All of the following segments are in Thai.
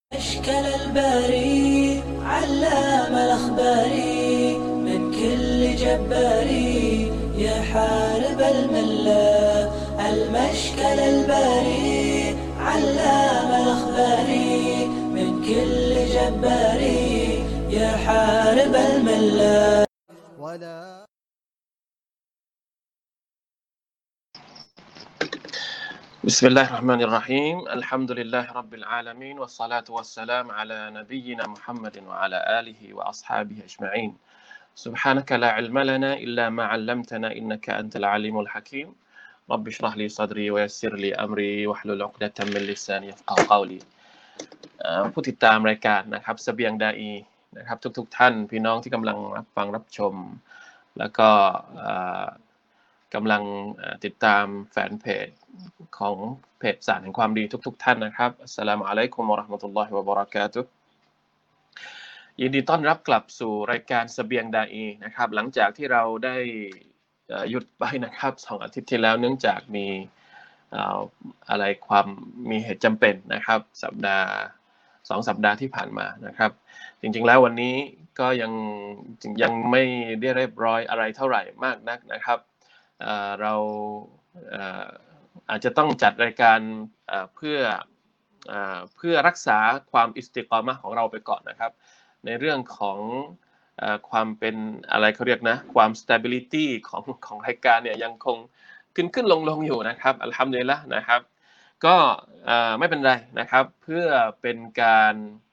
أشكال الباري علام الأخباري من كل جباري يحارب الملة. المشكل الباري علام الأخباري من كل جباري يحارب الملة. ولا بسم الله الرحمن الرحيم الحمد لله رب العالمين والصلاة والسلام على نبينا محمد وعلى آله وأصحابه أجمعين سبحانك لا علم لنا إلا ما علمتنا إنك أنت العليم الحكيم رب اشرح لي صدري ويسر لي أمري واحلل عقدة من لساني يفقهوا قولي ผู้ติดตามรายการนะครับเสบียงดาอีนะครับทุกท่านพี่น้องที่กำลังรับฟังรับชมแล้วก็กำลังติดตามแฟนเพจของเพจสารแห่งความดีทุกท่านนะครับอัสสลามุอะลัยกุมวะเราะห์มะตุลลอฮิวะบะเราะกาตุฮ์ยินดีต้อนรับกลับสู่รายการเสบียงดาอีนะครับหลังจากที่เราได้หยุดไปนะครับ2 อาทิตย์ที่แล้วเนื่องจากมีมีเหตุจำเป็นนะครับ2 สัปดาห์ที่ผ่านมานะครับจริงๆแล้ววันนี้ก็ยังไม่ได้เรียบร้อยอะไรเท่าไหร่มากนักนะครับเราอาจจะต้องจัดรายการเพื่อรักษาความอิสติกอมะห์ของเราไปก่อนนะครับในเรื่องของความเป็นอะไรเขาเรียกนะความ stability ของรายการเนี่ยยังคงขึ้นลงอยู่นะครับอัลฮัมดุลิลละห์นะครับก็ไม่เป็นไรนะครับเพื่อเป็นการ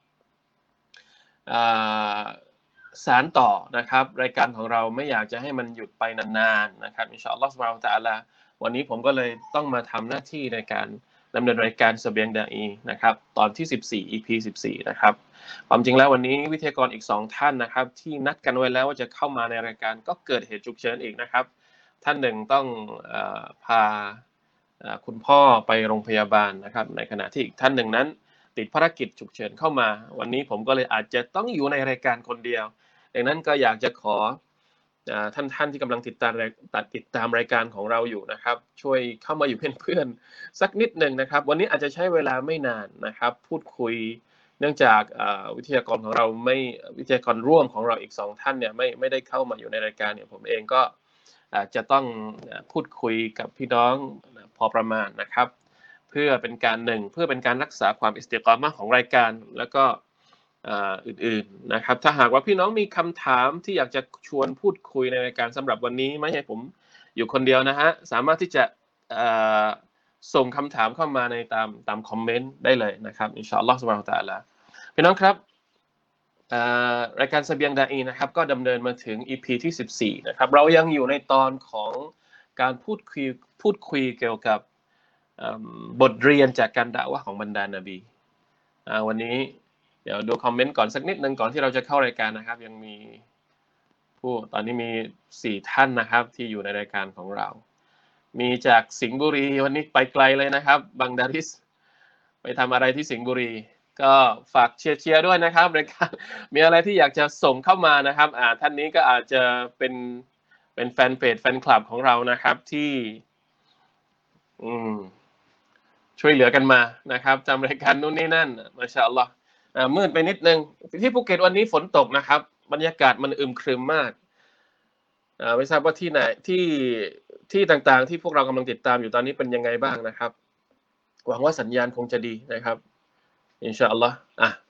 สานต่อนะครับรายการของเราไม่อยากจะให้มันหยุดไปนานๆนะครับอินชาอัลลอฮฺซุบฮานะฮูวะตะอาลาวันนี้ผมก็เลยต้องมาทำหน้าที่ในการดำเนินรายการเสบียงดาอีนะครับตอนที่14 EP 14นะครับความจริงแล้ววันนี้วิทยากรอีก2ท่านนะครับที่นัดกันไว้แล้วว่าจะเข้ามาในรายการก็เกิดเหตุฉุกเฉินอีกนะครับท่านหนึ่งต้องพาคุณพ่อไปโรงพยาบาลนะครับในขณะที่อีกท่านหนึ่งนั้นติดภารกิจฉุกเฉินเข้ามาวันนี้ผมก็เลยอาจจะต้องอยู่ในรายการคนเดียวดังนั้นก็อยากจะขอท่านที่กำลังติดตามรายการของเราอยู่นะครับช่วยเข้ามาอยู่เป็นเพื่อนสักนิดหนึ่งนะครับวันนี้อาจจะใช้เวลาไม่นานนะครับพูดคุยเนื่องจากวิทยากรของเราวิทยากรร่วมของเราอีก2ท่านเนี่ยไม่ได้เข้ามาอยู่ในรายการเนี่ยผมเองก็จะต้องพูดคุยกับพี่น้องพอประมาณนะครับเพื่อเป็นการรักษาความอิสติกอมะห์ของรายการแล้วก็อื่นๆนะครับถ้าหากว่าพี่น้องมีคำถามที่อยากจะชวนพูดคุยในรายการสำหรับวันนี้ไม่ให้ผมอยู่คนเดียวนะฮะสามารถที่จะส่งคำถามเข้ามาในตามคอมเมนต์ได้เลยนะครับอินชาอัลลอฮฺซุบฮานะฮูวะตะอาลาพี่น้องครับรายการเสบียงดาอีนะครับก็ดำเนินมาถึง EP ที่14นะครับเรายังอยู่ในตอนของการพูดคุยเกี่ยวกับบทเรียนจากการดะอวะห์ของบรรดานบีวันนี้เดี๋ยวดูคอมเมนต์ก่อนสักนิดนึงก่อนที่เราจะเข้ารายการนะครับยังมีตอนนี้มี4ท่านนะครับที่อยู่ในรายการของเรามีจากสิงห์บุรีวันนี้ไปไกลเลยนะครับบังดาริสไปทำอะไรที่สิงห์บุรีก็ฝากเชียร์ด้วยนะครับรายการมีอะไรที่อยากจะส่งเข้ามานะครับท่านนี้ก็อาจจะเป็นแฟนเพจแฟนคลับของเรานะครับที่ช่วยเหลือกันมานะครับจำรายการนู่นนี่นั่นมาชาอัลลอฮ์มืดไปนิดนึงที่ภูเก็ตวันนี้ฝนตกนะครับบรรยากาศมันอึมครึมมากไม่ทราบว่าที่ไหนที่ต่างๆที่พวกเรากำลังติดตามอยู่ตอนนี้เป็นยังไงบ้างนะครับหวังว่าสัญญาณคงจะดีนะครับอินชาอัลลอฮ์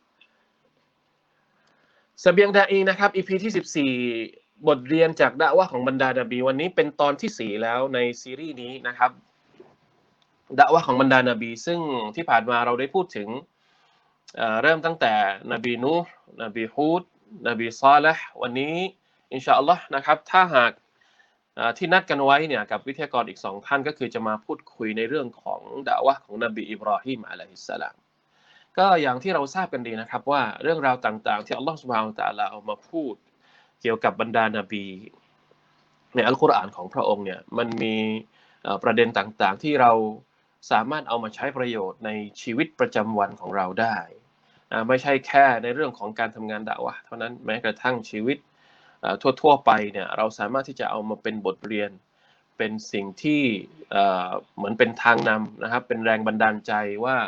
เสบียงดาอีนะครับ EP ที่14บทเรียนจากดะอวะห์ของบรรดานบีวันนี้เป็นตอนที่4แล้วในซีรีส์นี้นะครับดะอวะห์ของบรรดานบีซึ่งที่ผ่านมาเราได้พูดถึงเริ่มตั้งแต่นบีนูห์นบีฮูดนบีซอลิห์วันนี้อินชาอัลลอฮ์นะครับถ้าหากที่นัดกันไว้เนี่ยกับวิทยากรอีก2ท่านก็คือจะมาพูดคุยในเรื่องของดะอวะห์ของนบีอิบราฮิมอะลัยฮิสสลามก็อย่างที่เราทราบกันดีนะครับว่าเรื่องราวต่างๆที่อัลลอฮฺซุบฮานะฮูวะตะอาลาเอามาพูดเกี่ยวกับบรรดานบีในอัลกุรอานของพระองค์เนี่ยมันมีประเด็นต่างๆที่เราสามารถเอามาใช้ประโยชน์ในชีวิตประจำวันของเราได้ไม่ใช่แค่ในเรื่องของการทำงานดะอวะห์เท่านั้นแม้กระทั่งชีวิตทั่วๆไปเนี่ยเราสามารถที่จะเอามาเป็นบทเรียนเป็นสิ่งที่เหมือนเป็นทางนำนะครับเป็นแรงบันดาลใจว่า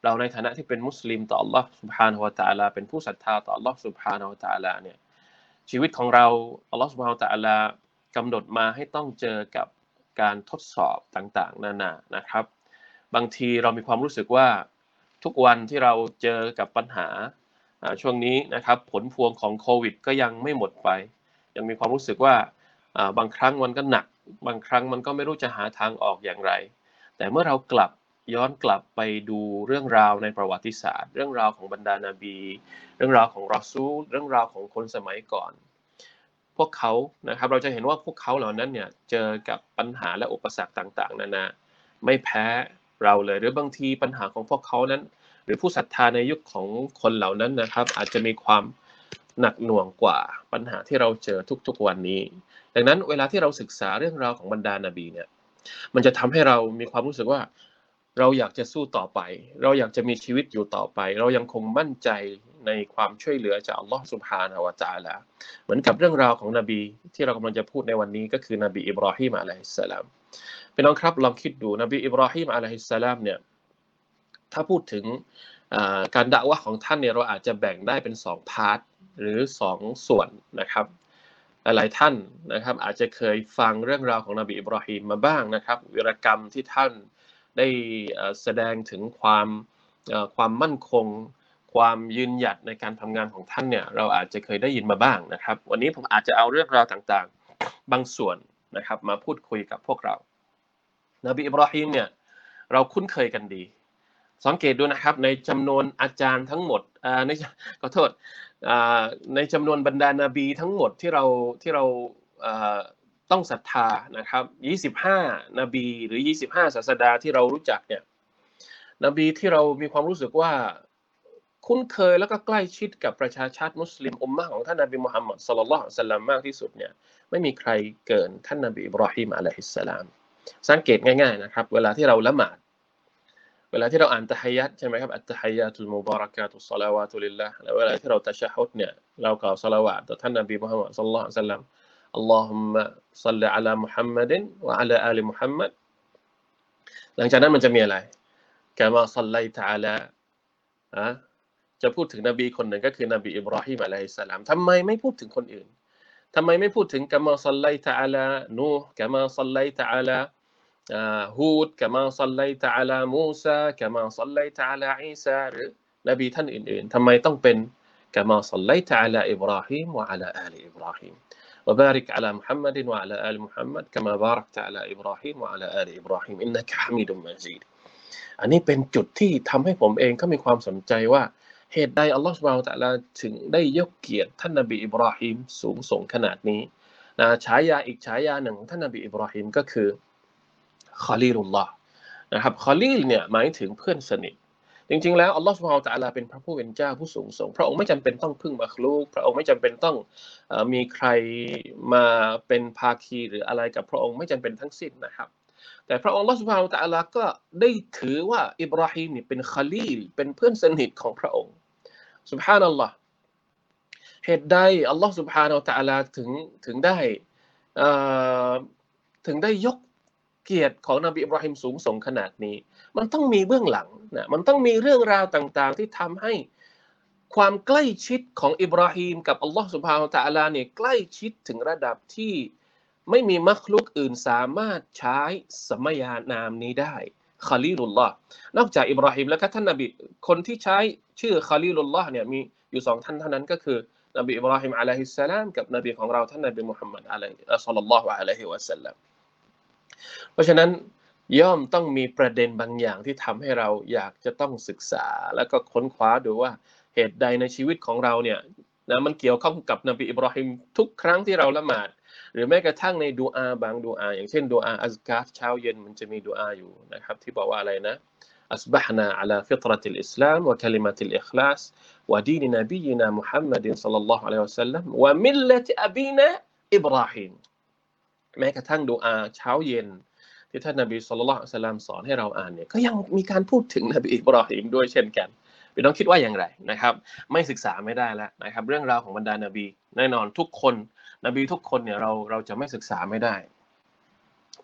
เราในฐานะที่เป็นมุสลิมต่อ Allah سبحانه และ تعالى เป็นผู้ศรัทธาต่อ Allah سبحانه และ تعالى เนี่ยชีวิตของเรา Allah سبحانه และ تعالى กำหนดมาให้ต้องเจอกับการทดสอบต่างๆนานานะครับบางทีเรามีความรู้สึกว่าทุกวันที่เราเจอกับปัญหาช่วงนี้นะครับผลพวงของโควิดก็ยังไม่หมดไปยังมีความรู้สึกว่าบางครั้งมันก็หนักบางครั้งมันก็ไม่รู้จะหาทางออกอย่างไรแต่เมื่อเราย้อนกลับไปดูเรื่องราวในประวัติศาสตร์เรื่องราวของบรรดานบีเรื่องราวของรอซูลเรื่องราวของคนสมัยก่อนพวกเขานะครับเราจะเห็นว่าพวกเขาเหล่านั้นเนี่ยเจอกับปัญหาและอุปสรรคต่างๆนานาไม่แพ้เราเลยหรือบางทีปัญหาของพวกเขานั้นหรือผู้ศรัทธาในยุคของคนเหล่านั้นนะครับอาจจะมีความหนักหน่วงกว่าปัญหาที่เราเจอทุกๆวันนี้ดังนั้นเวลาที่เราศึกษาเรื่องราวของบรรดานบีเนี่ยมันจะทำให้เรามีความรู้สึกว่าเราอยากจะสู้ต่อไปเราอยากจะมีชีวิตอยู่ต่อไปเรายังคงมั่นใจในความช่วยเหลือจากอัลลอฮฺซุบฮานะฮูวะตะอาลาเหมือนกับเรื่องราวของนบีที่เรากำลังจะพูดในวันนี้ก็คือนบีอิบราฮิมอะลัยฮิสสลามพี่น้องครับลองคิดดูนบีอิบราฮิมอะลัยฮิสสลามเนี่ยถ้าพูดถึงการดะวะห์ของท่านเนี่ยเราอาจจะแบ่งได้เป็น2พาร์ทหรือ2ส่วนนะครับหลายท่านนะครับอาจจะเคยฟังเรื่องราวของนบีอิบราฮิมมาบ้างนะครับวีรกรรมที่ท่านได้แสดงถึงความมั่นคงความยืนหยัดในการทำงานของท่านเนี่ยเราอาจจะเคยได้ยินมาบ้างนะครับวันนี้ผมอาจจะเอาเรื่องราวต่างๆบางส่วนนะครับมาพูดคุยกับพวกเรานบีอิบราฮิมเนี่ยเราคุ้นเคยกันดีสังเกตดูนะครับในจำนวนอาจารย์ทั้งหมดในจำนวนบรรดานาบีทั้งหมดที่เราต้องศรัทธานะครับ25นบีหรือ25ศาสดาที่เรารู้จักเนี่ยนบีที่เรามีความรู้สึกว่าคุ้นเคยแล้วก็ใกล้ชิดกับประชาชาติมุสลิมอุมมะห์ของท่านนบีมุฮัมมัดศ็อลลัลลอฮุอะลัยฮิวะซัลลัมมากที่สุดเนี่ยไม่มีใครเกินท่านนบีอิบราฮิมอะลัยฮิสสลามสังเกตง่ายๆนะครับเวลาที่เราละหมาดเวลาที่เราอ่านตะฮียัตใช่ไหมครับอัตตะฮียาตุลมุบารากาตุศศอลาวาตุลิลลาห์แล้วเวลาที่เราตะชะฮุดเนี่ยเรากล่าวศอลาวาตต่อท่านนบีมุฮัมมัดศ็อลลัลลอฮุอะลัยฮิวะซัลลัมอัลลอฮุมมะศ็อลลิอะลามุฮัมมัดวะอะลาอาลิมุฮัมมัดหลังจากนั้นมันจะมีอะไรกะมาศ็อลลัยตะอะลาจะพูดถึงนบีคนหนึ่งก็คือนบีอิบราฮิมอะลัยฮิสสลามทำไมไม่พูดถึงคนอื่นทำไมไม่พูดถึงกะมาศ็อลลัยตะอะลานูห์กะมาศ็อลลัยตะอะลาฮูดกะมาศ็อลลัยตะอะลามูซากะมาศ็อลลัยตะอะลาอีซาหรือนบีท่านอื่นๆทำไมต้องเป็นกะมาศ็อลลัยตะอะลาอิบราฮิมวะอะลาอาลิอิบราฮิมوبارك على محمد وعلى آل محمد كما باركت على إبراهيم وعلى آل إبراهيم إنك حميد مجيد อันนี้เป็นจุดที่ทำให้ผมเองก็มีความสนใจว่าเหตุใดอัลลอฮฺซุบฮานะฮูวะตะอาลาถึงได้ยกเกียรติท่านนบีอิบราฮิมสูงส่งขนาดนี้ฉายาอีกฉายาหนึ่งของท่านนบีอิบราฮิมก็คือคอลีลุลลอฮ์นะครับคอลีลเนี่ยหมายถึงเพื่อนสนิทจริงๆแล้วอัลลอฮฺซุบฮานะฮูวะตะอาลาเป็นพระผู้เป็นเจ้าผู้สูงส่งพระองค์ไม่จำเป็นต้องพึ่งมักลูกพระองค์ไม่จำเป็นต้องมีใครมาเป็นภาคีหรืออะไรกับพระองค์ไม่จำเป็นทั้งสิ้นนะครับแต่พระองค์อัลลอฮฺซุบฮานะฮูวะตะอาลาก็ได้ถือว่าอิบราฮิมเนี่ยเป็นคอลีลเป็นเพื่อนสนิทของพระองค์ซุบฮานัลลอฮ์เหตุใดอัลลอฮฺซุบฮานะฮูวะตะอาลาถึงได้ยกเกียรติของนบีอิบราฮิมสูงส่งขนาดนี้มันต้องมีเบื้องหลังนะมันต้องมีเรื่องราวต่างๆที่ทำให้ความใกล้ชิดของอิบราฮิมกับอัลลอฮฺซุบฮานะฮูวะตะอาลาเนี่ยใกล้ชิดถึงระดับที่ไม่มีมักลุกอื่นสามารถใช้สมญานามนี้ได้คอลีลุลลอฮ์นอกจากอิบราฮิมแล้วก็ท่านนบีคนที่ใช้ชื่อคอลีลุลลอฮ์เนี่ยมีอยู่2ท่านเท่านั้นก็คือนบีอิบราฮิมอะลัยฮิสสลามกับนบีของเราท่านนบีมุฮัมมัดศ็อลลัลลอฮุอะลัยฮิวะซัลลัมเพราะฉะนั้นย่อมต้องมีประเด็นบางอย่างที่ทำให้เราอยากจะต้องศึกษาแล้วก็ค้นคว้าดูว่าเหตุใดในชีวิตของเราเนี่ยนะมันเกี่ยวข้องกับนบีอิบราฮิมทุกครั้งที่เราละหมาดหรือแม้กระทั่งในดุอาบางดุอาอย่างเช่นดุอาอัซกาฟเช้าเย็นมันจะมีดุอาอยู่นะครับที่บอกว่าอะไรนะอัศบะฮ์นาอะลาฟิตเราะติลอิสลามวะกะลิมะติลอิคลาสวะดีนนบีนามุฮัมมัดศ็อลลัลลอฮุอะลัยฮิวะซัลลัมวะมิลละติอบีนาอิบราฮิมแม้กระทั่งดุอาเช้าเย็นที่ท่านนบีศ็อลลัลลอฮุอะลัยฮิวะซัลลัมสอนให้เราอ่านเนี่ยก็ยังมีการพูดถึงนบีอิบราฮิมด้วยเช่นกันพี่น้องคิดว่าอย่างไรนะครับไม่ศึกษาไม่ได้แล้วนะครับเรื่องราวของบรรดานบีแน่นอนทุกคนนบีทุกคนเนี่ยเราจะไม่ศึกษาไม่ได้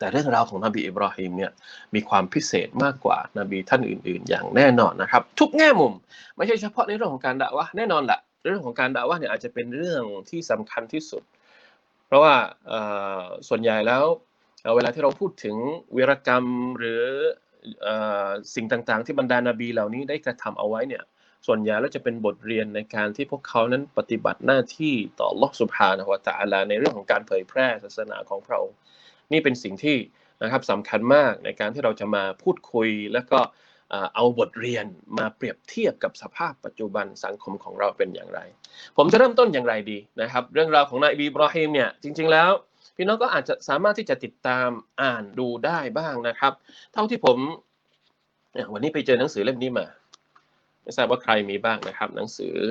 แต่เรื่องราวของนบีอิบราฮิมเนี่ยมีความพิเศษมากกว่านบีท่านอื่นๆอย่างแน่นอนนะครับทุกแง่มุมไม่ใช่เฉพาะในเรื่องของการดะวะห์แน่นอนแหละเรื่องของการดะวะห์เนี่ยอาจจะเป็นเรื่องที่สำคัญที่สุดเพราะว่าส่วนใหญ่แล้วเวลาที่เราพูดถึงวีรกรรมหรือสิ่งต่างๆที่บรรดานบีเหล่านี้ได้กระทำเอาไว้เนี่ยส่วนใหญ่แล้วจะเป็นบทเรียนในการที่พวกเขานั้นปฏิบัติหน้าที่ต่ออัลเลาะห์ซุบฮานะฮูวะตะอาลาในเรื่องของการเผยแพร่ศาสนาของพระองค์นี่เป็นสิ่งที่นะครับสำคัญมากในการที่เราจะมาพูดคุยแล้วก็เอาบทเรียนมาเปรียบเทียบกับสภาพปัจจุบันสังคมของเราเป็นอย่างไรผมจะเริ่มต้นอย่างไรดีนะครับเรื่องราวของนบีอิบราฮิมเนี่ยจริงๆแล้วพี่น้องก็อาจจะสามารถที่จะติดตามอ่านดูได้บ้างนะครับเท่าที่ผมวันนี้ไปเจอหนังสือเล่มนี้มาไม่ทราบว่าใครมีบ้างนะครับหนังสือ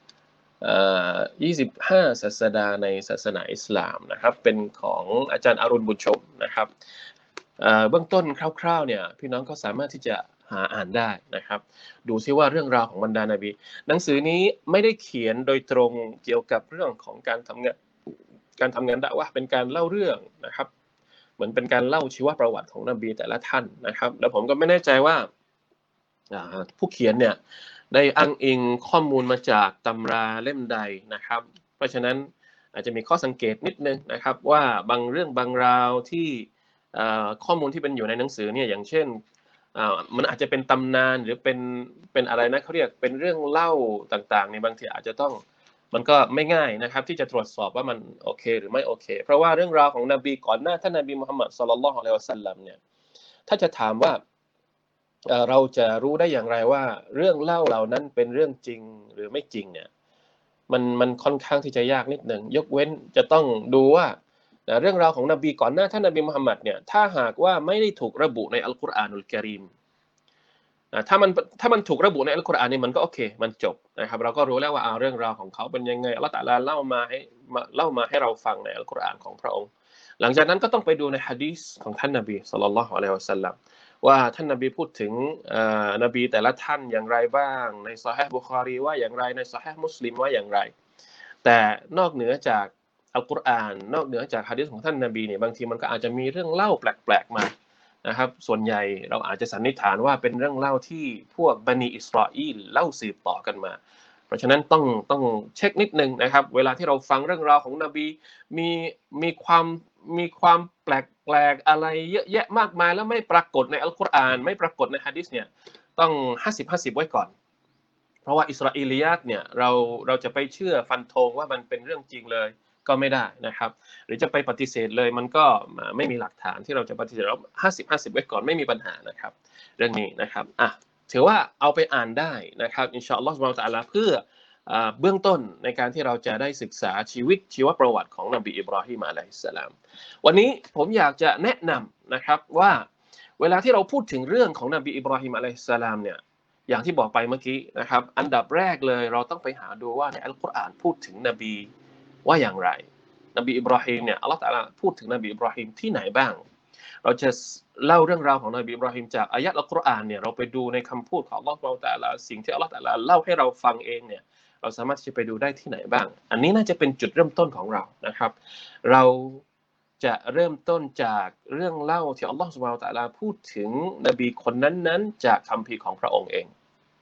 25 ศาสดาในศาสนาอิสลามนะครับเป็นของอาจารย์อรุณบุญชมนะครับเบื้องต้นคร่าวๆเนี่ยพี่น้องก็สามารถที่จะหาอ่านได้นะครับดูซิว่าเรื่องราวของบรรดานบีหนังสือนี้ไม่ได้เขียนโดยตรงเกี่ยวกับเรื่องของการทำงานดะวะห์เป็นการเล่าเรื่องนะครับเหมือนเป็นการเล่าชีวประวัติของนบีแต่ละท่านนะครับแล้วผมก็ไม่แน่ใจว่าผู้เขียนเนี่ยได้อ้างอิงข้อมูลมาจากตำราเล่มใดนะครับเพราะฉะนั้นอาจจะมีข้อสังเกตนิดนึงนะครับว่าบางเรื่องบางราวที่ข้อมูลที่เป็นอยู่ในหนังสือเนี่ยอย่างเช่นมันอาจจะเป็นตำนานหรือเป็นอะไรนะเขาเรียกเป็นเรื่องเล่าต่างๆในบางทีอาจจะต้องมันก็ไม่ง่ายนะครับที่จะตรวจสอบว่ามันโอเคหรือไม่โอเคเพราะว่าเรื่องราวของนบีก่อนหน้าท่านนบีมุฮัมมัดศ็อลลัลลอฮุอะลัยฮิวะซัลลัมเนี่ยถ้าจะถามว่าเราจะรู้ได้อย่างไรว่าเรื่องเล่าเหล่านั้นเป็นเรื่องจริงหรือไม่จริงเนี่ยมันค่อนข้างที่จะยากนิดหนึ่งยกเว้นจะต้องดูว่าเรื่องราวของนบีก่อนหน้าท่านนบีมุฮัมมัดเนี่ยถ้าหากว่าไม่ได้ถูกระบุในอัลกุรอานุลกะรีมถ้ามันถูกระบุในอัลกุรอานนี่มันก็โอเคมันจบนะครับเราก็รู้แล้วว่าเรื่องราวของเขาเป็นยังไงอัลเลาะห์ตะอาลาเล่ามาให้เราฟังในอัลกุรอานของพระองค์หลังจากนั้นก็ต้องไปดูในหะดีษของท่านนบีศ็อลลัลลอฮุอะลัยฮิวะซัลลัมว่าท่านนบีพูดถึงนบีแต่ละท่านอย่างไรบ้างในซอฮีฮ์บุคอรีว่าอย่างไรในซอฮีฮ์มุสลิมว่าอย่างไรแต่นอกเหนือจากอัลกุรอานนอกเหนือจากหะดีษของท่านนบีเนี่ยบางทีมันก็อาจจะมีเรื่องเล่าแปลกๆมานะครับส่วนใหญ่เราอาจจะสันนิษฐานว่าเป็นเรื่องเล่าที่พวกบันิอิสราอีลเล่าสืบต่อกันมาเพราะฉะนั้นต้องเช็คนิดนึงนะครับเวลาที่เราฟังเรื่องราวของนบีมีความแปลกอะไรเยอะแยะมากมายแล้วไม่ปรากฏในอัลกุรอานไม่ปรากฏในหะดีษเนี่ยต้อง50-50ไว้ก่อนเพราะว่าอิสราเอลียาตเนี่ยเราจะไปเชื่อฟันธงว่ามันเป็นเรื่องจริงเลยก็ไม่ได้นะครับหรือจะไปปฏิเสธเลยมันก็ไม่มีหลักฐานที่เราจะปฏิเสธแล้ว50-50ไว้ก่อนไม่มีปัญหานะครับเรื่องนี้นะครับถือว่าเอาไปอ่านได้นะครับอินชาอัลลอฮฺซุบฮานะฮูวะตะอาลาเพื่อเบื้องต้นในการที่เราจะได้ศึกษาชีวประวัติของนบีอิบราฮิมอะลัยฮิสสลามวันนี้ผมอยากจะแนะนำนะครับว่าเวลาที่เราพูดถึงเรื่องของนบีอิบราฮิมอะลัยฮิสสลามเนี่ยอย่างที่บอกไปเมื่อกี้นะครับอันดับแรกเลยเราต้องไปหาดูว่าในอัลกุรอานพูดถึงนบีว่าอย่างไรนบีอิบราฮิมเนี่ยอัลเลาะห์ตะอาลาพูดถึงนบีอิบราฮิมที่ไหนบ้างเราจะเล่าเรื่องราวของนบีอิบราฮิมจากอายะห์อัลกุรอานเนี่ยเราไปดูในคำพูดของอัลเลาะห์ตะอาลาสิ่งที่อัลเลาะห์ตะอาลาเล่าให้เราฟังเองเนี่ยเราสามารถที่จะไปดูได้ที่ไหนบ้างอันนี้น่าจะเป็นจุดเริ่มต้นของเรานะครับเราจะเริ่มต้นจากเรื่องเล่าที่อัลเลาะห์ซุบฮานะฮูวะตะอาลาพูดถึงนบีคนนั้นๆจากคัมภีร์ของพระองค์เอง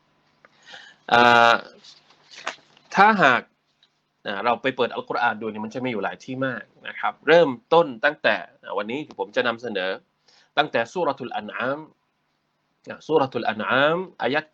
ถ้าหากเราไปเปิดอัลกุรอานดูนี่มันจะมีอยู่หลายที่มากนะครับเริ่มต้นตั้งแต่วันนี้ผมจะนำเสนอตั้งแต่ซูเราะตุลอันอามอายะห์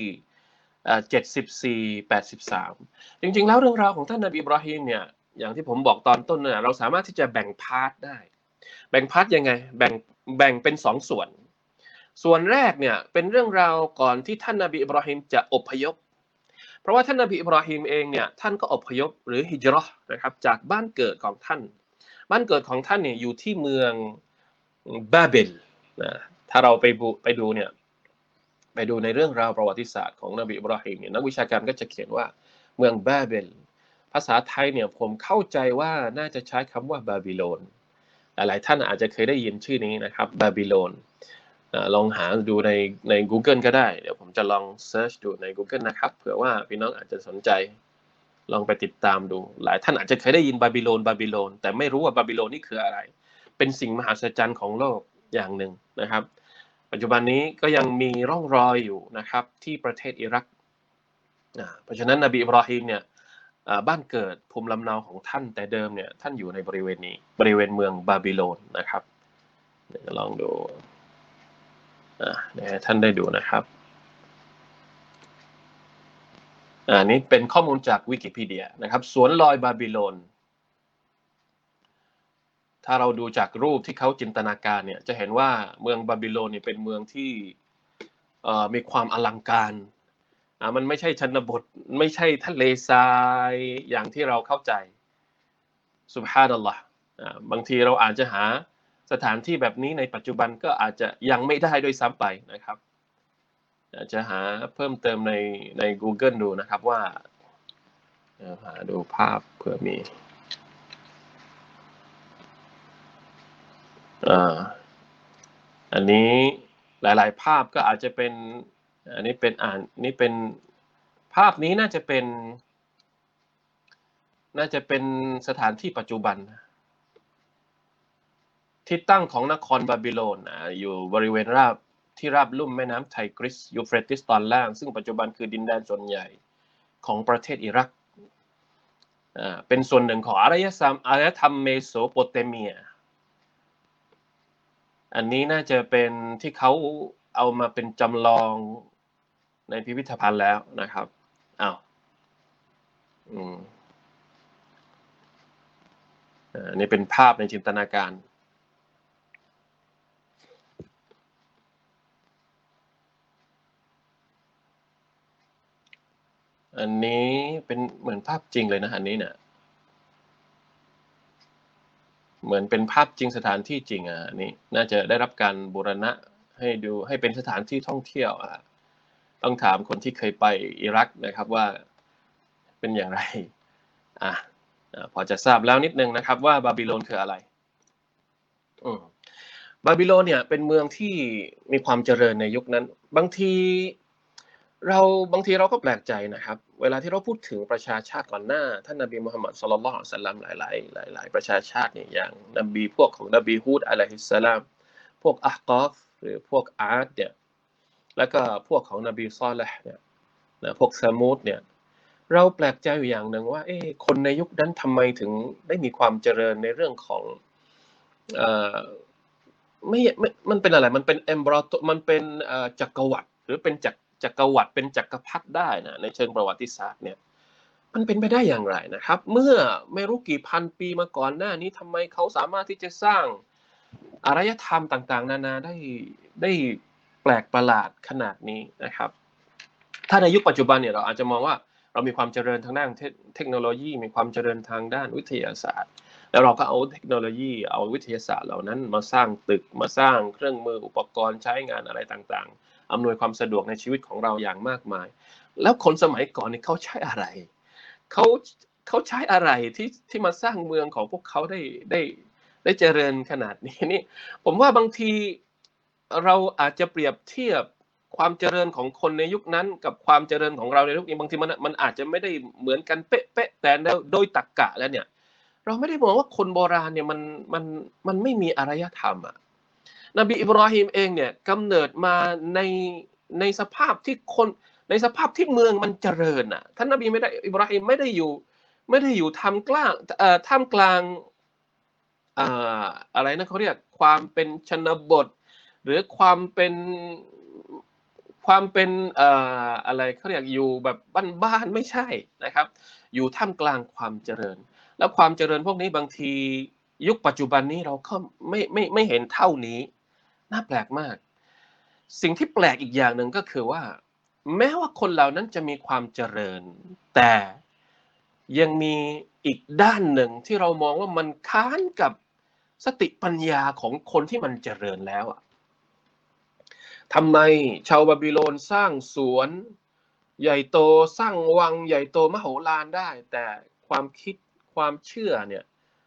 ที่74-83จริงๆแล้วเรื่องราวของท่านนบีอิบราฮิมเนี่ยอย่างที่ผมบอกตอนต้นเนี่ยเราสามารถที่จะแบ่งพาร์ทได้แบ่งพาร์ทยังไงแบ่งเป็น2ส่วนแรกเนี่ยเป็นเรื่องราวก่อนที่ท่านนบีอิบราฮิมจะอพยพเพราะว่าท่านนบีอิบราฮิมเองเนี่ยท่านก็อพยพหรือฮิจเราะห์นะครับจากบ้านเกิดของท่านเนี่ยอยู่ที่เมืองบาเบลนะถ้าเราไปดูเนี่ยไปดูในเรื่องราวประวัติศาสตร์ของนบีอิบราฮิมเนี่ยนักวิชาการก็จะเขียนว่าเมืองบาเบลภาษาไทยเนี่ยผมเข้าใจว่าน่าจะใช้คำว่าบาบิโลนหลายท่านอาจจะเคยได้ยินชื่อนี้นะครับบาบิโลนลองหาดูใน Google ก็ได้เดี๋ยวผมจะลองเซิร์ชดูใน Google นะครับเผื่อว่าพี่น้องอาจจะสนใจลองไปติดตามดูหลายท่านอาจจะเคยได้ยินบาบิโลนแต่ไม่รู้ว่าบาบิโลนนี่คืออะไรเป็นสิ่งมหัศจรรย์ของโลกอย่างหนึ่งนะครับปัจจุบันนี้ก็ยังมีร่องรอยอยู่นะครับที่ประเทศอิรักเพราะฉะนั้นนบีอิบราฮิมเนี่ยบ้านเกิดภูมิลำเนาของท่านแต่เดิมเนี่ยท่านอยู่ในบริเวณนี้บริเวณเมืองบาบิโลนนะครับลองดูให้ท่านได้ดูนะครับนี่เป็นข้อมูลจากวิกิพีเดียนะครับสวนลอยบาบิโลนถ้าเราดูจากรูปที่เขาจินตนาการเนี่ยจะเห็นว่าเมืองบาบิโลนเนี่ยเป็นเมืองที่มีความอลังการมันไม่ใช่ชนบทไม่ใช่ทะเลทรายอย่างที่เราเข้าใจซุบฮานัลลอฮ์บางทีเราอาจจะหาสถานที่แบบนี้ในปัจจุบันก็อาจจะยังไม่ได้ด้วยซ้ำไปนะครับจะหาเพิ่มเติมใน Google ดูนะครับว่าหาดูภาพเผื่อมีอันนี้หลายๆภาพก็อาจจะเป็นอันนี้เป็นนี่เป็นภาพนี้น่าจะเป็นสถานที่ปัจจุบันที่ตั้งของนครบาบิโลนอยู่บริเวณราบลุ่มแม่น้ำไทกริสยูเฟรติสตอนล่างซึ่งปัจจุบันคือดินแดนส่วนใหญ่ของประเทศอิรักเป็นส่วนหนึ่งของอารยธรรมเมโสโปเตเมียอันนี้น่าจะเป็นที่เขาเอามาเป็นจำลองในพิพิธภัณฑ์แล้วนะครับนี่เป็นภาพในจินตนาการอันนี้เป็นเหมือนภาพจริงเลยนะอันนี้เนี่ยเหมือนเป็นภาพจริงสถานที่จริงอันนี้น่าจะได้รับการบูรณะให้ดูให้เป็นสถานที่ท่องเที่ยวต้องถามคนที่เคยไปอิรักนะครับว่าเป็นอย่างไรพอจะทราบแล้วนิดนึงนะครับว่าบาบิโลนคืออะไรบาบิโลนเนี่ยเป็นเมืองที่มีความเจริญในยุคนั้นบางทีเราก็แปลกใจนะครับเวลาที่เราพูดถึงประชาชาติก่อนหน้าท่านนบีมุฮัมมัดศ็อลลัลลอฮุอะลัยฮิวะซัลลัมหลายประชาชาติเนี่ยอย่างนบีพวกของนบีฮูดอะลัยฮิสสลามพวกอะห์กอฟหรือพวกอาดเนี่ยแล้วก็พวกของนบีซอลิห์เนี่ยพวกซะมูดเนี่ยเราแปลกใจอยู่อย่างหนึ่งว่าคนในยุคนั้นทำไมถึงได้มีความเจริญในเรื่องของไม่มันเป็นอะไรมันเป็นมันเป็นจักรวรรดิหรือเป็นจักรวรรดิเป็นจักรพรรดิได้นะในเชิงประวัติศาสตร์เนี่ยมันเป็นไปได้อย่างไรนะครับเมื่อไม่รู้กี่พันปีมาก่อนหน้านี้ทำไมเขาสามารถที่จะสร้างอารยธรรมต่างๆนานาได้แปลกประหลาดขนาดนี้นะครับถ้าในยุคปัจจุบันเนี่ยเราอาจจะมองว่าเรามีความเจริญทางด้านเทคโนโลยีมีความเจริญทางด้านวิทยาศาสตร์แล้วเราก็เอาเทคโนโลยีเอาวิทยาศาสตร์เหล่านั้นมาสร้างตึกมาสร้างเครื่องมืออุปกรณ์ใช้งานอะไรต่างๆอำนวยความสะดวกในชีวิตของเราอย่างมากมายแล้วคนสมัยก่อนนี่เขาใช้อะไรเขาใช้อะไรที่มาสร้างเมืองของพวกเขาได้เจริญขนาดนี้นี่ผมว่าบางทีเราอาจจะเปรียบเทียบความเจริญของคนในยุคนั้นกับความเจริญของเราในยุคนี้บางทีมันอาจจะไม่ได้เหมือนกันเป๊ะๆแต่โดยตรรกะแล้วเนี่ยเราไม่ได้มองว่าคนโบราณเนี่ยมันไม่มีอารยธรรมนบีอิบราฮิมเองเนี่ยกำเนิดมาในสภาพที่เมืองมันเจริญท่านนบีอิบราฮิมไม่ได้อยู่ท่ามกลางอะไรนะเขาเรียกความเป็นชนบทหรือความเป็นอะไรเขาเรียกอยู่แบบบ้านๆไม่ใช่นะครับอยู่ท่ามกลางความเจริญแล้วความเจริญพวกนี้บางทียุคปัจจุบันนี้เราก็ไม่เห็นเท่านี้น่าแปลกมากสิ่งที่แปลกอีกอย่างหนึ่งก็คือว่าแม้ว่าคนเหล่านั้นจะมีความเจริญแต่ยังมีอีกด้านหนึ่งที่เรามองว่ามันค้านกับสติปัญญาของคนที่มันเจริญแล้วทำไมชาวบาบิโลนสร้างสวนใหญ่โตสร้างวังใหญ่โตมโหฬารได้แต่ความคิดความเชื่อเนี่ย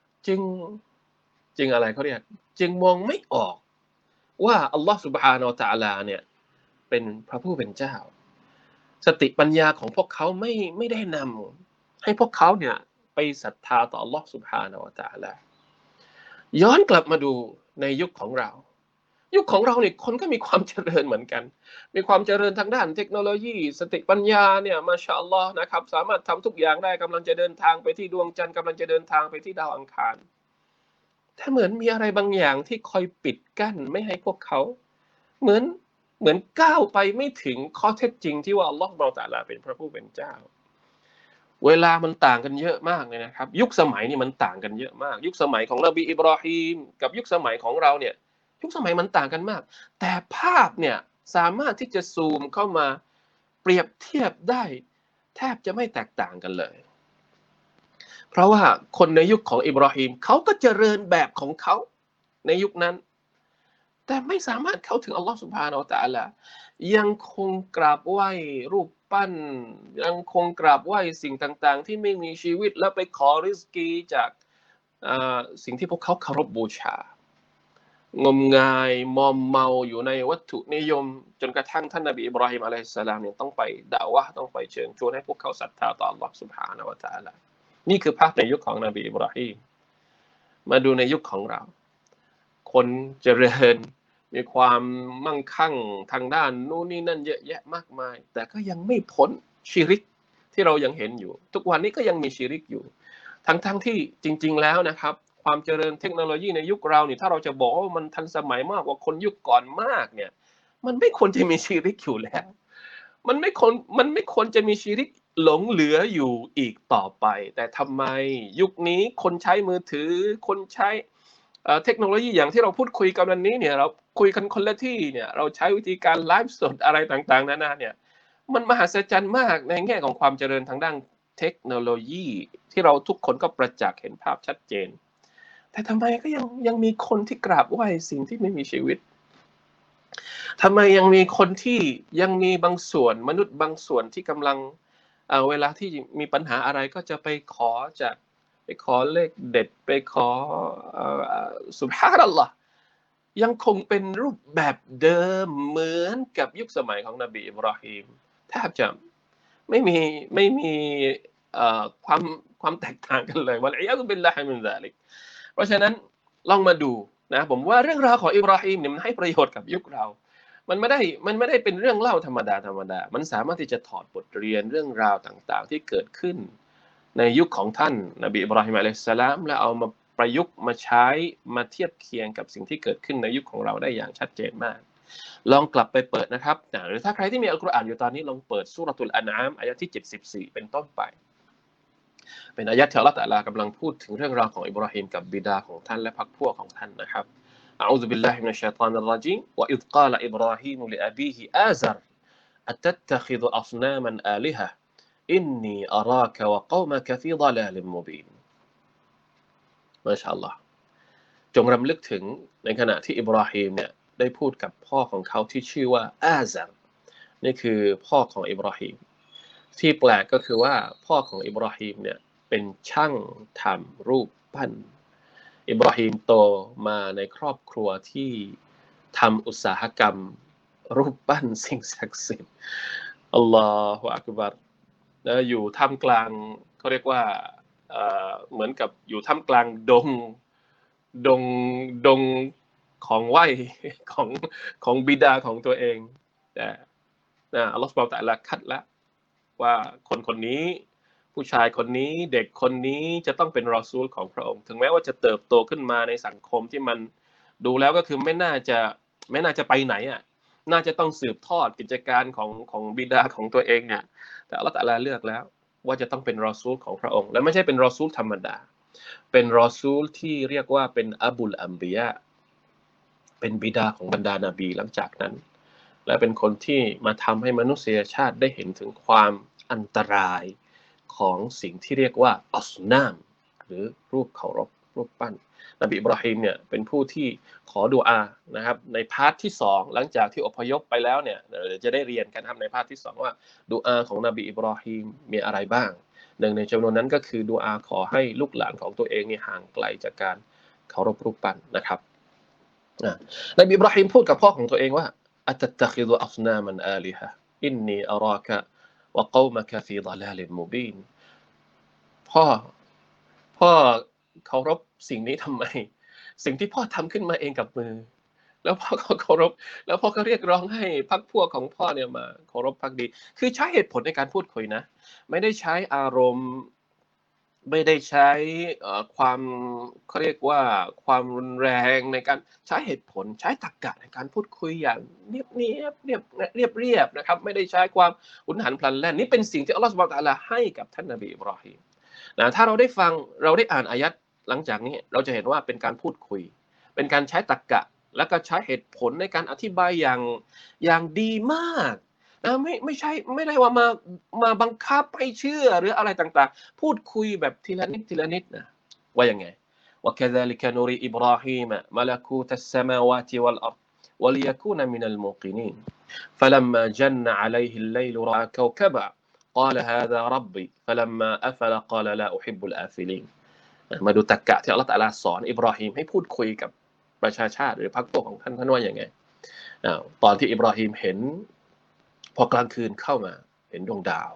จึงอะไรเขาเรียกจึงมองไม่ออกว่าอัลลอฮฺซุบฮานะฮูวะตะอาลาเนี่ยเป็นพระผู้เป็นเจ้าสติปัญญาของพวกเขาไม่ได้นำให้พวกเขาเนี่ยไปศรัทธาต่ออัลลอฮฺซุบฮานะฮูวะตะอาลาย้อนกลับมาดูในยุคของเรายุคของเราเนี่ยคนก็มีความเจริญเหมือนกันมีความเจริญทางด้านเทคโนโลยีสติปัญญาเนี่ยมาชาอัลลอฮ์นะครับสามารถทำทุกอย่างได้กำลังจะเดินทางไปที่ดวงจันทร์กำลังจะเดินทางไปที่ดาวอังคารแต่เหมือนมีอะไรบางอย่างที่คอยปิดกั้นไม่ให้พวกเขาเหมือนเหมือนก้าวไปไม่ถึงข้อเท็จจริงที่ว่าอัลลอฮ์เราตะอาลาเป็นพระผู้เป็นเจ้าเวลามันต่างกันเยอะมากเลยนะครับยุคสมัยนี่มันต่างกันเยอะมากยุคสมัยของนบีอิบรอฮีมกับยุคสมัยของเราเนี่ยยุคสมัยมันต่างกันมากแต่ภาพเนี่ยสามารถที่จะซูมเข้ามาเปรียบเทียบได้แทบจะไม่แตกต่างกันเลยเพราะว่าคนในยุคของอิบรอฮีมเขาก็เจริญแบบของเขาในยุคนั้นแต่ไม่สามารถเข้าถึงอัลลอฮฺซุบฮานะฮูวะตะอาลายังคงกราบไหว้รูปปั้นยังคงกราบไหว้สิ่งต่างๆที่ไม่มีชีวิตแล้วไปขอริสกีจากสิ่งที่พวกเขาเคารพบูชางมงายมอมเมาอยู่ในวัตถุนิยมจนกระทั่งท่านนบีอิบราฮิมอะลัยฮิสสลามเนี่ยต้องไปดะอ์วะห์ต้องไปเชิญชวนให้พวกเขาศรัทธาต่ออัลลอฮฺซุบฮานะฮูวะตะอาลานี่คือภาพในยุคของนบีอิบราฮิมมาดูในยุคของเราคนเจริญมีความมั่งคั่งทางด้านนู่นนี่นั่นเยอะแยะมากมายแต่ก็ยังไม่พ้นชิริกที่เรายังเห็นอยู่ทุกวันนี้ก็ยังมีชิริกอยู่ทั้งที่จริงๆแล้วนะครับความเจริญเทคโนโลยีในยุคเราเนี่ยถ้าเราจะบอกว่ามันทันสมัยมากกว่าคนยุคก่อนมากเนี่ยมันไม่ควรจะมีชิริกอยู่แล้วมันไม่ควรจะมีชิริกหลงเหลืออยู่อีกต่อไปแต่ทำไมยุคนี้คนใช้มือถือคนใช้เทคโนโลยีอย่างที่เราพูดคุยกันวันนี้เนี่ยเราคุยกันคนละที่เนี่ยเราใช้วิธีการไลฟ์สดอะไรต่างๆนานาเนี่ยมันมหัศจรรย์มากในแง่ของความเจริญทางด้านเทคโนโลยีที่เราทุกคนก็ประจักษ์เห็นภาพชัดเจนแต่ทำไมก็ยังมีคนที่กราบไหว้สิ่งที่ไม่มีชีวิตทำไมยังมีคนที่ยังมีบางส่วนมนุษย์บางส่วนที่กำลังเวลาที่มีปัญหาอะไรก็จะไปขอจากไปขอเลขเด็ดไปขอซุบฮานัลลอฮ์ยังคงเป็นรูปแบบเดิมเหมือนกับยุคสมัยของนบีอิบราฮิมแทบจะไม่มีความแตกต่างกันเลยวะลัยยะซุบิลลาฮิมินซาลิกเพราะฉะนั้นลองมาดูนะผมว่าเรื่องราวของอิบราฮิมเนี่ยมันให้ประโยชน์กับยุคเรามันไม่ได้เป็นเรื่องเล่าธรรมดามันสามารถที่จะถอดบทเรียนเรื่องราวต่างๆที่เกิดขึ้นในยุคของท่านนบีอิบราฮิมอะลัยฮิสสลามและเอามาประยุกต์มาใช้มาเทียบเคียงกับสิ่งที่เกิดขึ้นในยุคของเราได้อย่างชัดเจนมากลองกลับไปเปิดนะครับหรือถ้าใครที่มีอัลกุรอานอยู่ตอนนี้ลองเปิดซูเราะตุลอันอามอายะห์ที่74เป็นต้นไปเป็นอายะห์ที่อัลเลาะห์ตะอาลากำลังพูดถึงเรื่องราวของอิบราฮิมกับบิดาของท่านและพรรคพวกของท่านนะครับأعوذ بالله من الشيطان الرجيم وإذ قال إبراهيم لأبيه آزر أتتخذ أصناما آلهة إني أراك وقومك في ضلال مبين มาชาอัลลอฮ์จงรำลึกถึงในขณะที่อิบราฮิมเนี่ยได้พูดกับพ่อของเขาที่ชื่อว่าอาซัรนี่คือพ่อของอิบราฮิมที่แปลกก็คือว่าพ่อของอิบราฮิมเนี่ยเป็นช่างทำรูปปั้นอิบราฮิมโตมาในครอบครัวที่ทำอุตสาหกรรมรูปปั้นสิ่งศักดิ์สิทธิ์อัลลอฮฺอักบัรแล้วอยู่ท่ามกลางเขาเรียกว่าเหมือนกับอยู่ท่ามกลางดงของไหว้ของบิดาของตัวเองแต่อัลลอฮฺซุบฮานะฮูวะตะอาลาคัดละว่าคนนี้ผู้ชายคนนี้เด็กคนนี้จะต้องเป็นรอซูลของพระองค์ถึงแม้ว่าจะเติบโตขึ้นมาในสังคมที่มันดูแล้วก็คือไม่น่าจะไปไหนอ่ะน่าจะต้องสืบทอดกิจการของบิดาของตัวเองเนี่ยแต่อัลเลาะห์ตะอาลาเลือกแล้วว่าจะต้องเป็นรอซูลของพระองค์และไม่ใช่เป็นรอซูลธรรมดาเป็นรอซูลที่เรียกว่าเป็นอับุลอัมบิยะเป็นบิดาของบรรดานบีหลังจากนั้นและเป็นคนที่มาทำให้มนุษยชาติได้เห็นถึงความอันตรายของสิ่งที่เรียกว่าอัสนามหรือรูปเคารพรูปปั้นนบีอิบราฮิมเนี่ยเป็นผู้ที่ขอดุอานะครับในพาร์ทที่2หลังจากที่อพยพไปแล้วเนี่ยเดี๋ยวจะได้เรียนกันครับในพาร์ทที่2ว่าดุอาของนบีอิบราฮิมมีอะไรบ้างหนึ่งในจำนวนนั้นก็คือดุอาขอให้ลูกหลานของตัวเองเนี่ยห่างไกลจากการเคารพรูปปั้นนะครับนบีอิบราฮิมพูดกับพ่อของตัวเองว่าอัตตะคิดุอัสนามันอาลิฮะอินนีอารากะวะกอมะกะฟีฎอลาลิมมุบีนพ่อเคารพสิ่งนี้ทำไมสิ่งที่พ่อทำขึ้นมาเองกับมือแล้วพ่อก็เคารพแล้วพ่อก็เรียกร้องให้พรรคพวกของพ่อเนี่ยมาเคารพภักดีคือใช้เหตุผลในการพูดคุยนะไม่ได้ใช้อารมณ์ไม่ได้ใช้ความเขาเรียกว่าความรุนแรงในการใช้เหตุผลใช้ตรรกะในการพูดคุยอย่างเรียบนะครับไม่ได้ใช้ความหุนหันพลันแล่นนี่เป็นสิ่งที่อัลลอฮฺซุบฮานะฮูวะตะอาลาให้กับท่านนบีอิบราฮิมนะถ้าเราได้ฟังเราได้อ่านอายัดหลังจากนี้เราจะเห็นว่าเป็นการพูดคุยเป็นการใช้ตรรกะแล้วก็ใช้เหตุผลในการอธิบายอย่างดีมากนะไม่ใช่ไม่ได้ว่ามาบังคับให้เชื่อหรืออะไรต่างๆพูดคุยแบบทีละนิดนะว่ายังไงوكذلك نري إبراهيم ملكوت السماوات والأرض وليكون من الموقنين فلما جن عليه الليل رأى كوكبا قال هذا ربي فلما أفل قال لا أحب الآفلين มาดูตรรกะที่อัลเลาะห์ตะอาลาสอนอิบราฮิมให้พูดคุยกับประชาชาติหรือพรรคพวกของท่านว่าอย่างไงตอนที่อิบราฮิมเห็นพอกลางคืนเข้ามาเห็นดวงดาว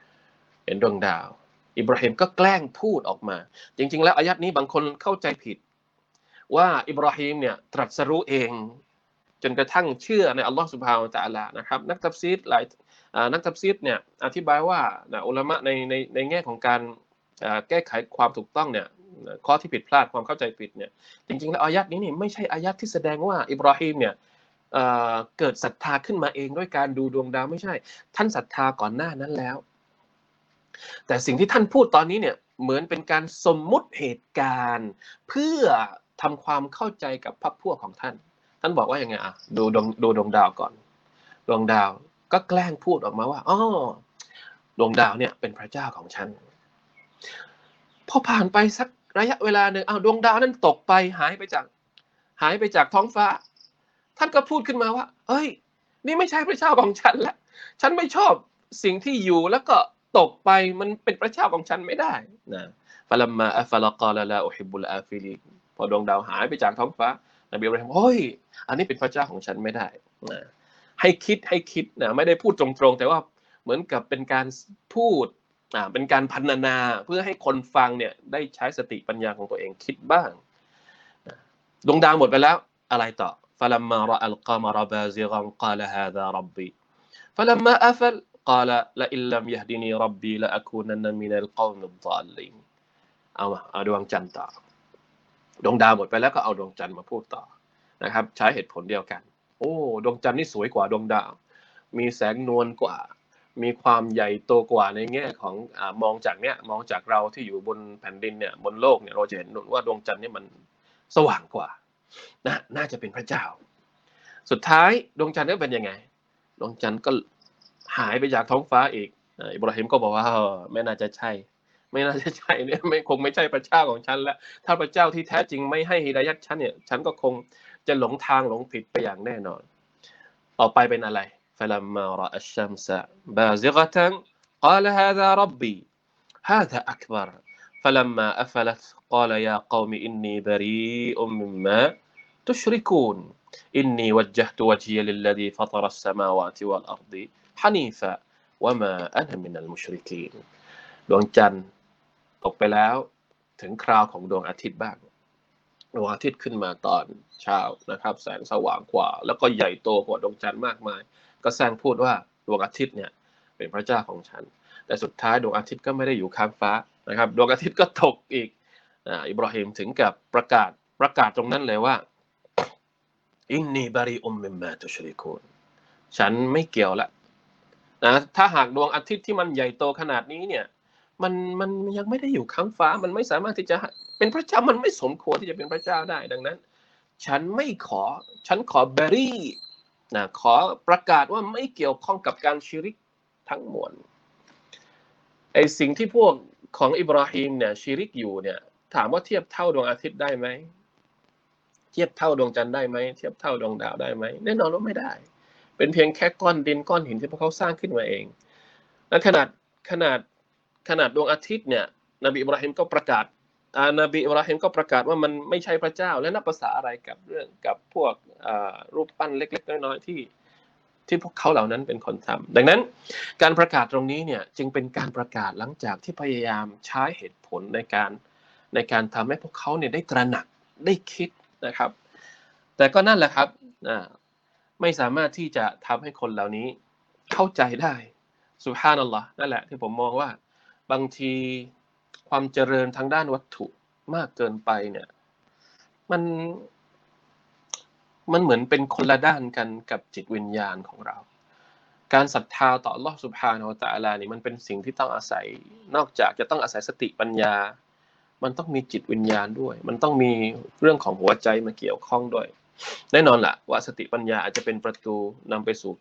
อิบราฮิมก็แกล้งพูดออกมาจริงๆแล้วอายัดนี้บางคนเข้าใจผิดว่าอิบราฮิมเนี่ยตรัสรู้เองจนกระทั่งเชื่อในอัลลอฮฺซุบฮานะฮูวะตะอาลานะครับนักตัฟซีรหลายนักตัฟซีรเนี่ยอธิบายว่าอุลามะในแง่ของการแก้ไขความถูกต้องเนี่ยข้อที่ผิดพลาดความเข้าใจผิดเนี่ยจริงๆแล้วอายัดนี้นี่ไม่ใช่อายัดที่แสดงว่าอิบราฮิมเนี่ยเกิดศรัทธาขึ้นมาเองด้วยการดูดวงดาวไม่ใช่ท่านศรัทธาก่อนหน้านั้นแล้วแต่สิ่งที่ท่านพูดตอนนี้เนี่ยเหมือนเป็นการสมมุติเหตุการณ์เพื่อทำความเข้าใจกับพรรคพวกของท่านบอกว่ายังไงดูดวงดาวก่อนดวงดาวก็แกล้งพูดออกมาว่าดวงดาวเนี่ยเป็นพระเจ้าของฉันพอผ่านไปสักระยะเวลาหนึ่งดวงดาวนั้นตกไปหายไปจากท้องฟ้าท่านก็พูดขึ้นมาว่าเอ้ยนี่ไม่ใช่พระเจ้าของฉันแล้วฉันไม่ชอบสิ่งที่อยู่แล้วก็ตกไปมันเป็นพระเจ้าของฉันไม่ได้นะฟะลัมมาอัฟละกาลาลาอุฮิบบุลอาฟิลีนพอดวงดาวหายไปจากท้องฟ้านบีอิบราฮิมอันนี้เป็นพระเจ้าของฉันไม่ได้นะให้คิดนะไม่ได้พูดตรงๆแต่ว่าเหมือนกับเป็นการพูดเป็นการพรรณนาเพื่อให้คนฟังเนี่ยได้ใช้สติปัญญาของตัวเองคิดบ้างดวงดาวหมดไปแล้วอะไรต่อ فلما رأى القمر بازغا قال هذا ربي فلما أفل قال لئن لم يهدني ربي لأكونن من القوم الضالين เอาดวงจันทร์ต่อดวงดาวหมดไปแล้วก็เอาดวงจันทร์มาพูดต่อนะครับใช้เหตุผลเดียวกันดวงจันทร์นี่สวยกว่าดวงดาวมีแสงนวลกว่ามีความใหญ่โตกว่าในแง่ของมองจากเราที่อยู่บนแผ่นดินเนี่ยบนโลกเนี่ยเราจะเห็นว่าดวงจันทร์นี่มันสว่างกว่าน่าจะเป็นพระเจ้าสุดท้ายดวงจันทร์ก็เป็นยังไงดวงจันทร์ก็หายไปจากท้องฟ้าอีกอิบราฮิมก็บอกว่าไม่น่าจะใช่เนี่ยคงไม่ใช่พระเจ้าของฉันแล้วถ้าพระเจ้าที่แท้จริงไม่ให้ฮิดายัตฉันเนี่ยฉันก็คงจะหลงทางหลงผิดไปอย่างแน่นอนต่อไปเป็นอะไรفلما رأى الشمس بازغة قال هذا ربي هذا أكبر فلما أفلت قال يا قوم إني بريء مما تشركون إني وجهت وجهي للذي فطر السماوات والأرض حنيفا وما أنا من المشركين ดวงจันทร์ตกไปแล้วถึงคราวของดวงอาทิตย์บ้างดวงอาทิตย์ขึ้นมาตอนเช้านะครับแสงสว่างกว่าแล้วก็ใหญ่โตกว่าดวงจันทร์มากมายก็แซงพูดว่าดวงอาทิตย์เนี่ยเป็นพระเจ้าของฉันแต่สุดท้ายดวงอาทิตย์ก็ไม่ได้อยู่ข้างฟ้านะครับดวงอาทิตย์ก็ตกอีกอิบราฮิมถึงกับประกาศตรงนั้นเลยว่าอินนีบาริอุมมิมมาตุชริกูนฉันไม่เกี่ยวละนะถ้าหากดวงอาทิตย์ที่มันใหญ่โตขนาดนี้เนี่ยมันยังไม่ได้อยู่ข้างฟ้ามันไม่สามารถที่จะเป็นพระเจ้ามันไม่สมควรที่จะเป็นพระเจ้าได้ดังนั้นฉันขอบารีนะขอประกาศว่าไม่เกี่ยวข้องกับการชิริกทั้งมวลไอ้สิ่งที่พวกของอิบราฮิมเนี่ยชิริกอยู่เนี่ยถามว่าเทียบเท่าดวงอาทิตย์ได้ไหมเทียบเท่าดวงจันทร์ได้ไหมเทียบเท่าดวงดาวได้ไหมแน่นอนว่าไม่ได้เป็นเพียงแค่ก้อนดินก้อนหินที่พวกเขาสร้างขึ้นมาเองและขนาดดวงอาทิตย์เนี่ยนบีอิบราฮิมก็ประกาศว่ามันไม่ใช่พระเจ้าและนับภาษาอะไรกับเรื่องกับพวกรูปปั้นเล็กๆน้อยๆที่พวกเขาเหล่านั้นเป็นคนทำดังนั้นการประกาศตรงนี้เนี่ยจึงเป็นการประกาศหลังจากที่พยายามใช้เหตุผลในการทำให้พวกเขาเนี่ยได้ตระหนักได้คิดนะครับแต่ก็นั่นแหละครับไม่สามารถที่จะทำให้คนเหล่านี้เข้าใจได้ซุบฮานัลลอฮ์นั่นแหละที่ผมมองว่าบางทีความเจริญทางด้านวัตถุมากเกินไปเนี่ยมันเหมือนเป็นคนละด้านกันกับจิตวิญญาณของเราการศรัทธาต่ออัลเลาะห์ซุบฮานะฮูวะตะอาลานี่มันเป็นสิ่งที่ต้องอาศัยนอกจากจะต้องอาศัยสติปัญญามันต้องมีจิตวิญญาณด้วยมันต้องมีเรื่องของหัวใจมาเกี่ยวข้องด้วยแน่นอนล่ะว่าสติปัญญาอาจจะเป็นประตูนำไปสู่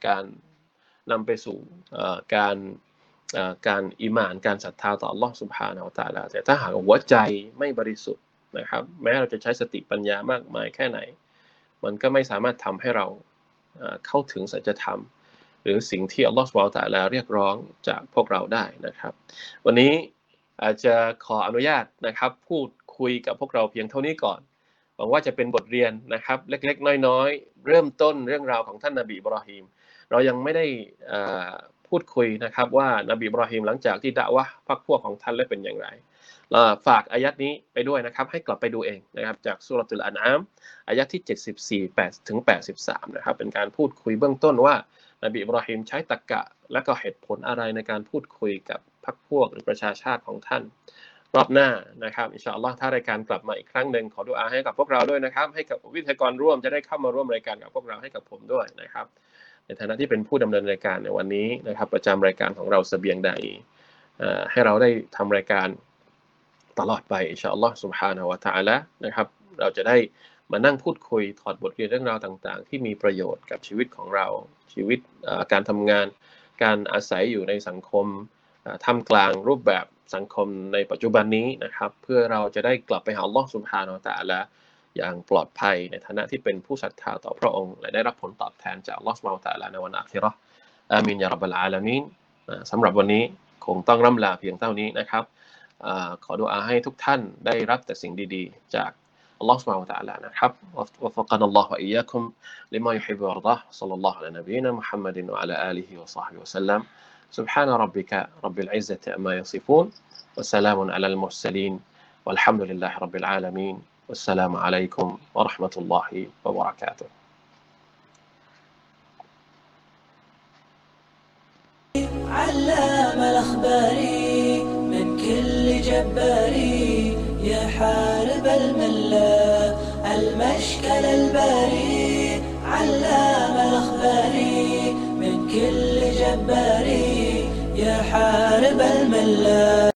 การอีหม่านการศรัทธาต่ออัลเลาะห์ซุบฮานะฮูวะตะอาลาแต่ถ้าหากหัวใจไม่บริสุทธิ์นะครับแม้เราจะใช้สติปัญญามากมายแค่ไหนมันก็ไม่สามารถทำให้เราเข้าถึงสัจธรรมหรือสิ่งที่อัลเลาะห์ซุบฮานะฮูวะตะอาลาเรียกร้องจากพวกเราได้นะครับวันนี้อาจจะขออนุญาตนะครับพูดคุยกับพวกเราเพียงเท่านี้ก่อนหวังว่าจะเป็นบทเรียนนะครับเล็กๆน้อยๆเริ่มต้นเรื่องราวของท่านนบีอิบราฮิมเรายังไม่ได้พูดคุยนะครับว่านบีอิบราฮิมหลังจากที่ดะอ์วะห์พรรคพวกของท่านและเป็นอย่างไรฝากอายัดนี้ไปด้วยนะครับให้กลับไปดูเองนะครับจากซูเราะตุลอันอามอายัดที่74 8ถึง83นะครับเป็นการพูดคุยเบื้องต้นว่านบีอิบราฮิมใช้ตรรกะและก็เหตุผลอะไรในการพูดคุยกับพรรคพวกหรือประชาชาติของท่านรอบหน้านะครับอินชาอัลลอฮ์ถ้ารายการกลับมาอีกครั้งนึงขอดุอาให้กับพวกเราด้วยนะครับให้กับวิทยากรร่วมจะได้เข้ามาร่วมรายการกับพวกเราให้กับผมด้วยนะครับในฐานะที่เป็นผู้ดำเนินรายการในวันนี้นะครับประจำรายการของเราเสบียงใดให้เราได้ทำรายการตลอดไปอินชาอัลลอฮ์ซุบฮานะฮูวะตะอาลานะครับเราจะได้มานั่งพูดคุยถอดบทเรียนเรื่องราวต่างๆที่มีประโยชน์กับชีวิตของเราชีวิตการทำงานการอาศัยอยู่ในสังคมท่ามกลางรูปแบบสังคมในปัจจุบันนี้นะครับเพื่อเราจะได้กลับไปหาอัลลอฮ์ซุบฮานะฮูวะตะอาลาอย่างปลอดภัยในฐานะที่เป็นผู้ศรัทธาต่อพระองค์และได้รับผลตอบแทนจากอัลลอฮ์ซุบฮานะฮูวะตะอาลาในวันอาคิเราะห์อามีนยาร็อบบัลอาลามีนสำหรับวันนี้คงต้องร่ำลาเพียงเท่านี้นะครับขอดุอาให้ทุกท่านได้รับแต่สิ่งดีๆจากอัลลอฮ์ سبحانه และ تعالى นะครับوفقنا الله وإياكم لما يحب ويرضاه صلى الله على نبينا محمد وعلى آله وصحبه وسلم سبحان ربك رب العزة عما يصفون وسلام على المرسلين والحمد لله رب العالمين والسلام عليكم ورحمة الله وبركاته علام الأخباري من كل جباري يا حارب الملا المشكل الباري علام الأخباري من كل جباري يا حارب الملا